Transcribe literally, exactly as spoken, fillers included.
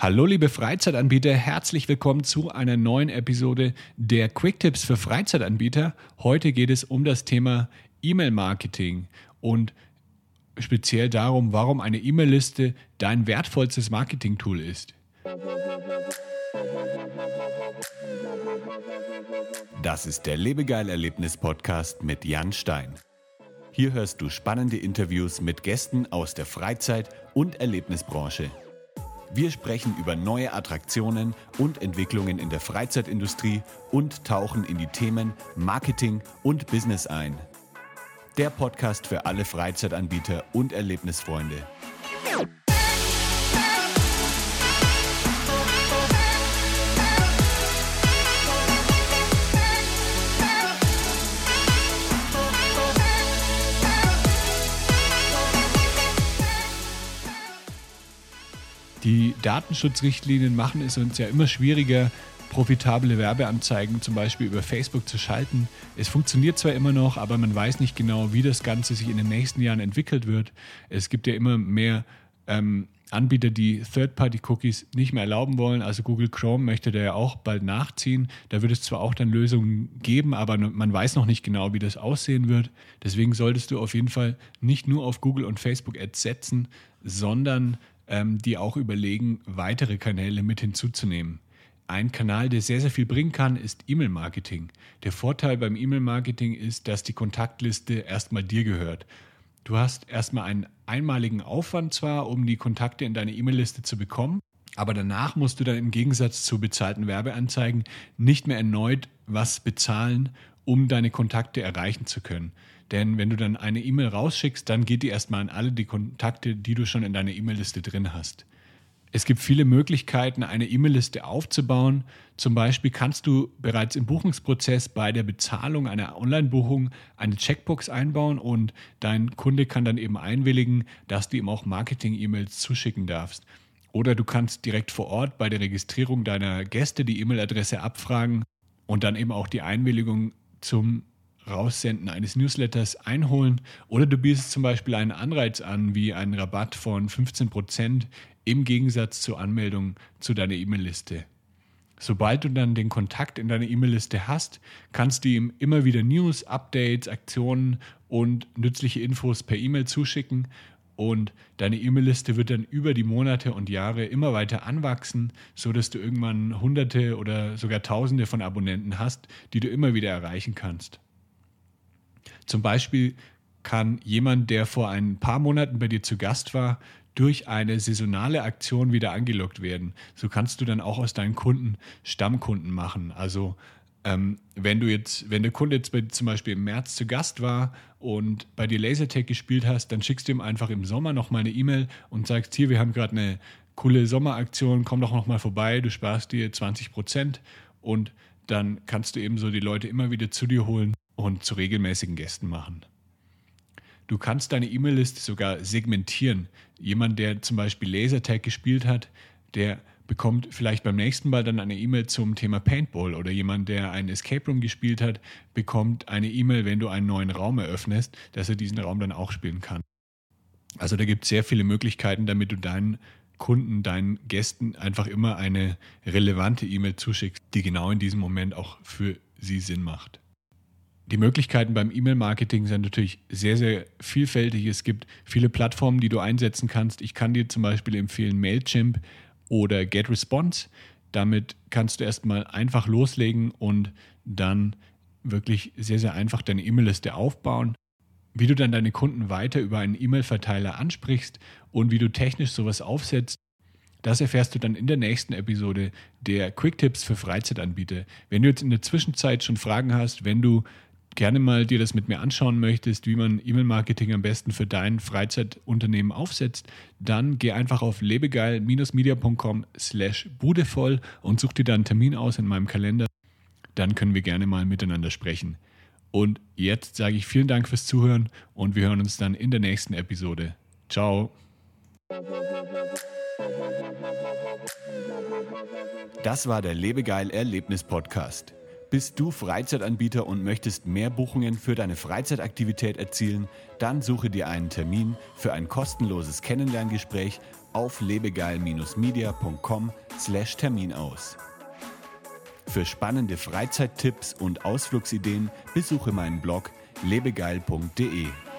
Hallo liebe Freizeitanbieter, herzlich willkommen zu einer neuen Episode der Quick-Tipps für Freizeitanbieter. Heute geht es um das Thema E-Mail-Marketing und speziell darum, warum eine E-Mail-Liste dein wertvollstes Marketing-Tool ist. Das ist der Lebegeil-Erlebnis-Podcast mit Jan Stein. Hier hörst du spannende Interviews mit Gästen aus der Freizeit- und Erlebnisbranche. Wir sprechen über neue Attraktionen und Entwicklungen in der Freizeitindustrie und tauchen in die Themen Marketing und Business ein. Der Podcast für alle Freizeitanbieter und Erlebnisfreunde. Die Datenschutzrichtlinien machen es uns ja immer schwieriger, profitable Werbeanzeigen zum Beispiel über Facebook zu schalten. Es funktioniert zwar immer noch, aber man weiß nicht genau, wie das Ganze sich in den nächsten Jahren entwickelt wird. Es gibt ja immer mehr ähm, Anbieter, die Third-Party-Cookies nicht mehr erlauben wollen. Also Google Chrome möchte da ja auch bald nachziehen. Da wird es zwar auch dann Lösungen geben, aber man weiß noch nicht genau, wie das aussehen wird. Deswegen solltest du auf jeden Fall nicht nur auf Google und Facebook Ads setzen, sondern ähm, dir auch überlegen, weitere Kanäle mit hinzuzunehmen. Ein Kanal, der sehr, sehr viel bringen kann, ist E-Mail-Marketing. Der Vorteil beim E-Mail-Marketing ist, dass die Kontaktliste erstmal dir gehört. Du hast erstmal einen einmaligen Aufwand zwar, um die Kontakte in deine E-Mail-Liste zu bekommen, aber danach musst du dann im Gegensatz zu bezahlten Werbeanzeigen nicht mehr erneut was bezahlen, um deine Kontakte erreichen zu können. Denn wenn du dann eine E-Mail rausschickst, dann geht die erstmal an alle die Kontakte, die du schon in deiner E-Mail-Liste drin hast. Es gibt viele Möglichkeiten, eine E-Mail-Liste aufzubauen. Zum Beispiel kannst du bereits im Buchungsprozess bei der Bezahlung einer Online-Buchung eine Checkbox einbauen und dein Kunde kann dann eben einwilligen, dass du ihm auch Marketing-E-Mails zuschicken darfst. Oder du kannst direkt vor Ort bei der Registrierung deiner Gäste die E-Mail-Adresse abfragen und dann eben auch die Einwilligung zum Raussenden eines Newsletters einholen. Oder du bietest zum Beispiel einen Anreiz an, wie einen Rabatt von fünfzehn Prozent im Gegensatz zur Anmeldung zu deiner E-Mail-Liste. Sobald du dann den Kontakt in deiner E-Mail-Liste hast, kannst du ihm immer wieder News, Updates, Aktionen und nützliche Infos per E-Mail zuschicken und deine E-Mail-Liste wird dann über die Monate und Jahre immer weiter anwachsen, sodass du irgendwann Hunderte oder sogar Tausende von Abonnenten hast, die du immer wieder erreichen kannst. Zum Beispiel kann jemand, der vor ein paar Monaten bei dir zu Gast war, durch eine saisonale Aktion wieder angelockt werden. So kannst du dann auch aus deinen Kunden Stammkunden machen. Also ähm, wenn du jetzt, wenn der Kunde jetzt bei, zum Beispiel im März zu Gast war und bei dir Lasertag gespielt hast, dann schickst du ihm einfach im Sommer nochmal eine E-Mail und sagst, hier, wir haben gerade eine coole Sommeraktion, komm doch nochmal vorbei, du sparst dir zwanzig Prozent und dann kannst du eben so die Leute immer wieder zu dir holen und zu regelmäßigen Gästen machen. Du kannst deine E-Mail-Liste sogar segmentieren. Jemand, der zum Beispiel Lasertag gespielt hat, der bekommt vielleicht beim nächsten Mal dann eine E-Mail zum Thema Paintball oder jemand, der einen Escape Room gespielt hat, bekommt eine E-Mail, wenn du einen neuen Raum eröffnest, dass er diesen Raum dann auch spielen kann. Also da gibt es sehr viele Möglichkeiten, damit du deinen Kunden, deinen Gästen einfach immer eine relevante E-Mail zuschickst, die genau in diesem Moment auch für sie Sinn macht. Die Möglichkeiten beim E-Mail-Marketing sind natürlich sehr, sehr vielfältig. Es gibt viele Plattformen, die du einsetzen kannst. Ich kann dir zum Beispiel empfehlen Mailchimp oder GetResponse. Damit kannst du erstmal einfach loslegen und dann wirklich sehr, sehr einfach deine E-Mail-Liste aufbauen. Wie du dann deine Kunden weiter über einen E-Mail-Verteiler ansprichst und wie du technisch sowas aufsetzt, das erfährst du dann in der nächsten Episode der Quick-Tipps für Freizeitanbieter. Wenn du jetzt in der Zwischenzeit schon Fragen hast, wenn du gerne mal dir das mit mir anschauen möchtest, wie man E-Mail-Marketing am besten für dein Freizeitunternehmen aufsetzt, dann geh einfach auf lebegeil-media.com slash budevoll und such dir dann einen Termin aus in meinem Kalender. Dann können wir gerne mal miteinander sprechen. Und jetzt sage ich vielen Dank fürs Zuhören und wir hören uns dann in der nächsten Episode. Ciao. Das war der Lebegeil-Erlebnis-Podcast. Bist du Freizeitanbieter und möchtest mehr Buchungen für deine Freizeitaktivität erzielen? Dann suche dir einen Termin für ein kostenloses Kennenlerngespräch auf lebegeil-media punkt com slash Termin aus. Für spannende Freizeittipps und Ausflugsideen besuche meinen Blog lebegeil punkt de.